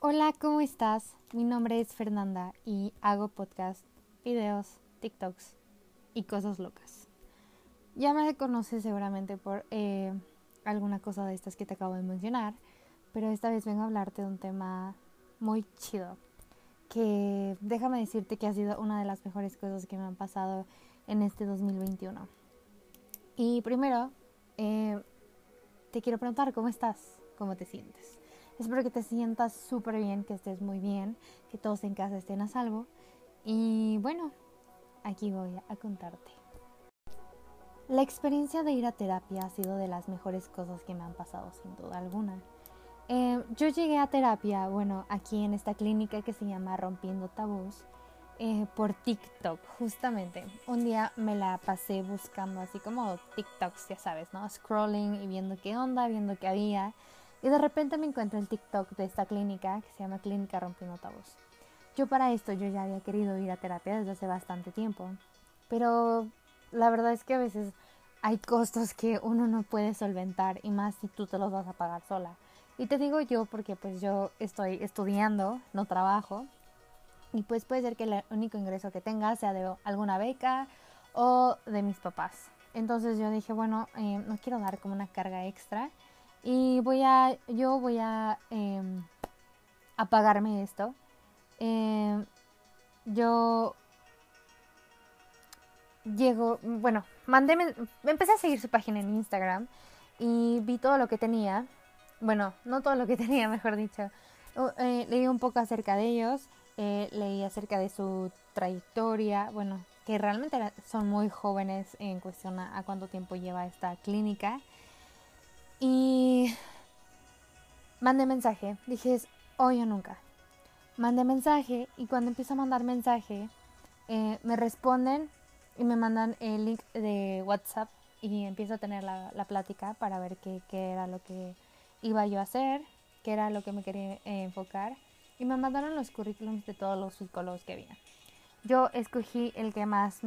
Hola, ¿cómo estás? Mi nombre es Fernanda y hago podcast, videos, TikToks y cosas locas. Ya me conoces seguramente por alguna cosa de estas que te acabo de mencionar, pero esta vez vengo a hablarte de un tema muy chido, que déjame decirte que ha sido una de las mejores cosas que me han pasado en este 2021. Y primero, te quiero preguntar, ¿cómo estás? ¿Cómo te sientes? Espero que te sientas súper bien, que estés muy bien, que todos en casa estén a salvo. Y bueno, aquí voy a contarte. La experiencia de ir a terapia ha sido de las mejores cosas que me han pasado, sin duda alguna. Yo llegué a terapia, aquí en esta clínica que se llama Rompiendo Tabús, por TikTok, justamente. Un día me la pasé buscando así como TikToks, ya sabes, ¿no? Scrolling y viendo qué onda, viendo qué había. Y de repente me encuentro el TikTok de esta clínica que se llama Clínica Rompiendo Tabús. Para esto yo ya había querido ir a terapia desde hace bastante tiempo. Pero la verdad es que a veces hay costos que uno no puede solventar y más si tú te los vas a pagar sola. Y te digo yo porque pues yo estoy estudiando, no trabajo. Y pues puede ser que el único ingreso que tenga sea de alguna beca o de mis papás. Entonces yo dije, no quiero dar como una carga extra y yo voy a pagarme esto. Eh, yo empecé a seguir su página en Instagram y vi todo lo que tenía. Bueno, no todo lo que tenía, mejor dicho. Leí un poco acerca de ellos, leí acerca de su trayectoria, que realmente son muy jóvenes en cuestión a cuánto tiempo lleva esta clínica. Y mandé mensaje, dije, es hoy o nunca. Mandé mensaje y cuando empiezo a mandar mensaje, me responden y me mandan el link de WhatsApp y empiezo a tener la plática para ver qué era lo que iba yo a hacer, qué era lo que me quería enfocar, y me mandaron los currículums de todos los psicólogos que había. Yo escogí el que más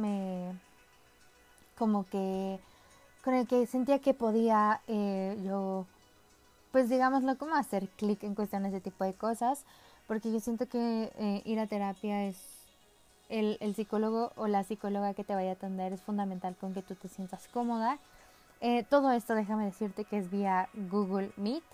como que con el que sentía que podía yo, pues digámoslo, como hacer clic en cuestiones de tipo de cosas, porque yo siento que ir a terapia es el psicólogo o la psicóloga que te vaya a atender es fundamental con que tú te sientas cómoda. Todo esto déjame decirte que es vía Google Meet.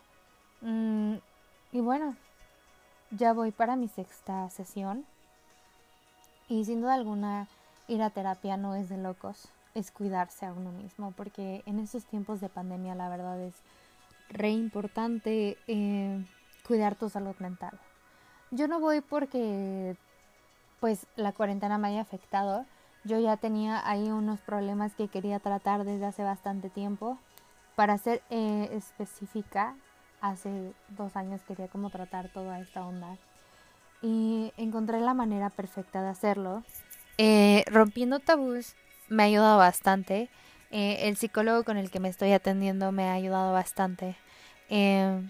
Y bueno, ya voy para mi sexta sesión y sin duda alguna ir a terapia no es de locos, es cuidarse a uno mismo, porque en estos tiempos de pandemia la verdad es re importante cuidar tu salud mental. Yo no voy porque pues la cuarentena me haya afectado. Yo ya tenía ahí unos problemas que quería tratar desde hace bastante tiempo. Para ser específica, hace 2 años quería como tratar toda esta onda. Y encontré la manera perfecta de hacerlo. Rompiendo tabús me ha ayudado bastante. El psicólogo con el que me estoy atendiendo me ha ayudado bastante. Eh,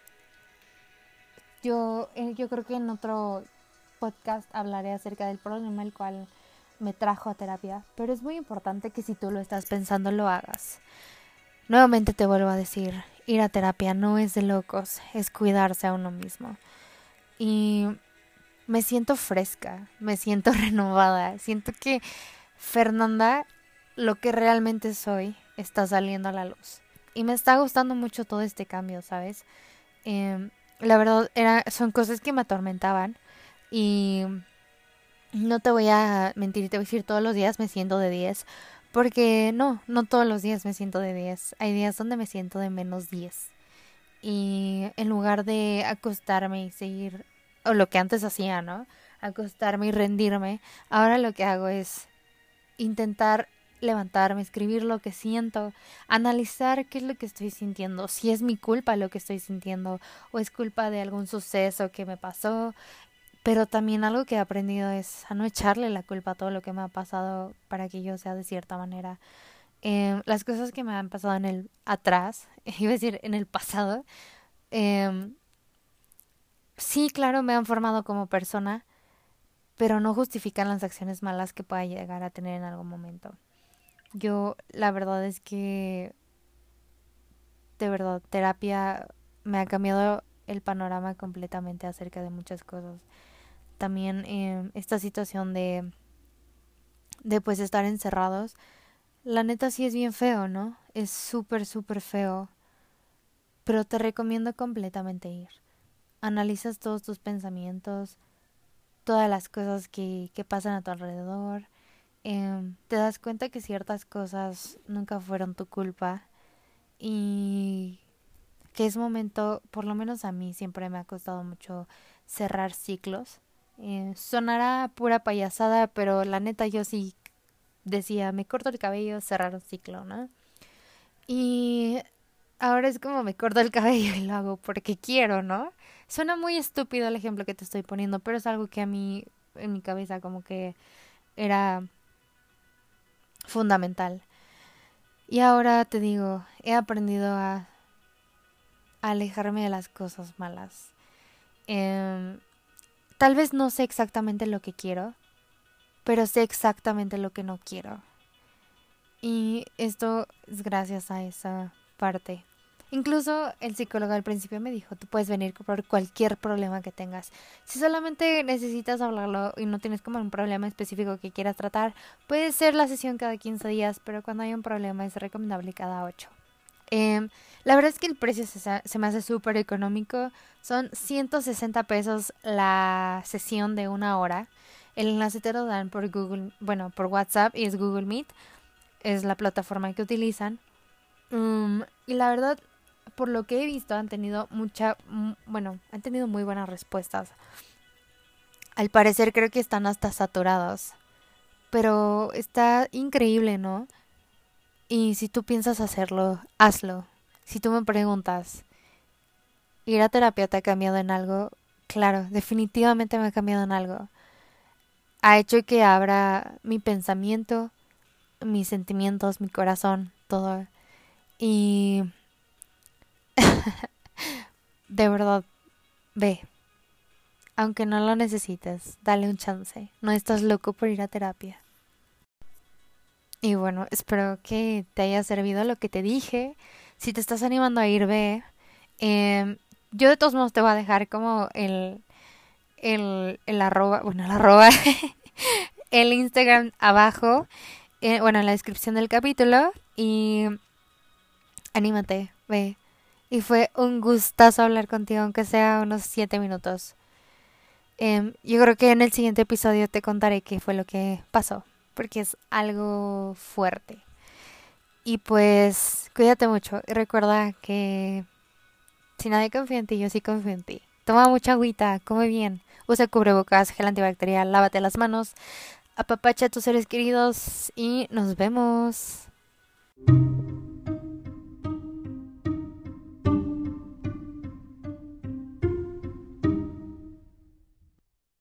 yo creo que en otro podcast hablaré acerca del problema el cual me trajo a terapia, pero es muy importante que si tú lo estás pensando lo hagas. Nuevamente te vuelvo a decir, ir a terapia no es de locos, es cuidarse a uno mismo. Y me siento fresca, me siento renovada, siento que Fernanda, lo que realmente soy, está saliendo a la luz. Y me está gustando mucho todo este cambio, ¿sabes? La verdad, son cosas que me atormentaban y no te voy a mentir, te voy a decir todos los días me siento de 10 porque no todos los días me siento de 10. Hay días donde me siento de -10. Y en lugar de acostarme y seguir, o lo que antes hacía, ¿no? Acostarme y rendirme, ahora lo que hago es intentar levantarme, escribir lo que siento, analizar qué es lo que estoy sintiendo, si es mi culpa lo que estoy sintiendo o es culpa de algún suceso que me pasó, pero también algo que he aprendido es a no echarle la culpa a todo lo que me ha pasado para que yo sea de cierta manera. Las cosas que me han pasado en el atrás, iba a decir en el pasado, eh, sí, claro, me han formado como persona, pero no justifican las acciones malas que pueda llegar a tener en algún momento. Yo, la verdad es que, de verdad, terapia me ha cambiado el panorama completamente acerca de muchas cosas. También esta situación de pues estar encerrados, la neta sí es bien feo, ¿no? Es súper, súper feo, pero te recomiendo completamente ir. Analizas todos tus pensamientos, todas las cosas que pasan a tu alrededor. Te das cuenta que ciertas cosas nunca fueron tu culpa y que es momento, por lo menos a mí siempre me ha costado mucho cerrar ciclos. Sonará pura payasada, pero la neta yo sí decía, me corto el cabello, cerrar un ciclo, ¿no? Y ahora es como me corto el cabello y lo hago porque quiero, ¿no? Suena muy estúpido el ejemplo que te estoy poniendo, pero es algo que a mí en mi cabeza como que era fundamental. Y ahora te digo, he aprendido a alejarme de las cosas malas. Em, Tal vez no sé exactamente lo que quiero, pero sé exactamente lo que no quiero. Y esto es gracias a esa parte. Incluso el psicólogo al principio me dijo, tú puedes venir por cualquier problema que tengas. Si solamente necesitas hablarlo y no tienes como un problema específico que quieras tratar, puede ser la sesión cada 15 días, pero cuando hay un problema es recomendable cada 8. La verdad es que el precio se me hace súper económico. Son 160 pesos la sesión de 1 hora. El enlace te lo dan por Google, bueno, por WhatsApp y es Google Meet. Es la plataforma que utilizan. Y la verdad, por lo que he visto, han tenido han tenido muy buenas respuestas. Al parecer creo que están hasta saturados. Pero está increíble, ¿no? Y si tú piensas hacerlo, hazlo. Si tú me preguntas, ¿ir a terapia te ha cambiado en algo? Claro, definitivamente me ha cambiado en algo. Ha hecho que abra mi pensamiento, mis sentimientos, mi corazón, todo. Y de verdad, ve. Aunque no lo necesites, dale un chance. No estás loco por ir a terapia. Y bueno, espero que te haya servido lo que te dije. Si te estás animando a ir, ve. Em, yo de todos modos te voy a dejar como el arroba, bueno, el arroba, el Instagram abajo, bueno, en la descripción del capítulo. Y anímate, ve. Y fue un gustazo hablar contigo, aunque sea unos 7 minutos. Yo creo que en el siguiente episodio te contaré qué fue lo que pasó, porque es algo fuerte. Y pues cuídate mucho y recuerda que si nadie confía en ti, yo sí confío en ti. Toma mucha agüita, come bien, usa cubrebocas, gel antibacterial, lávate las manos, apapacha a tus seres queridos y nos vemos.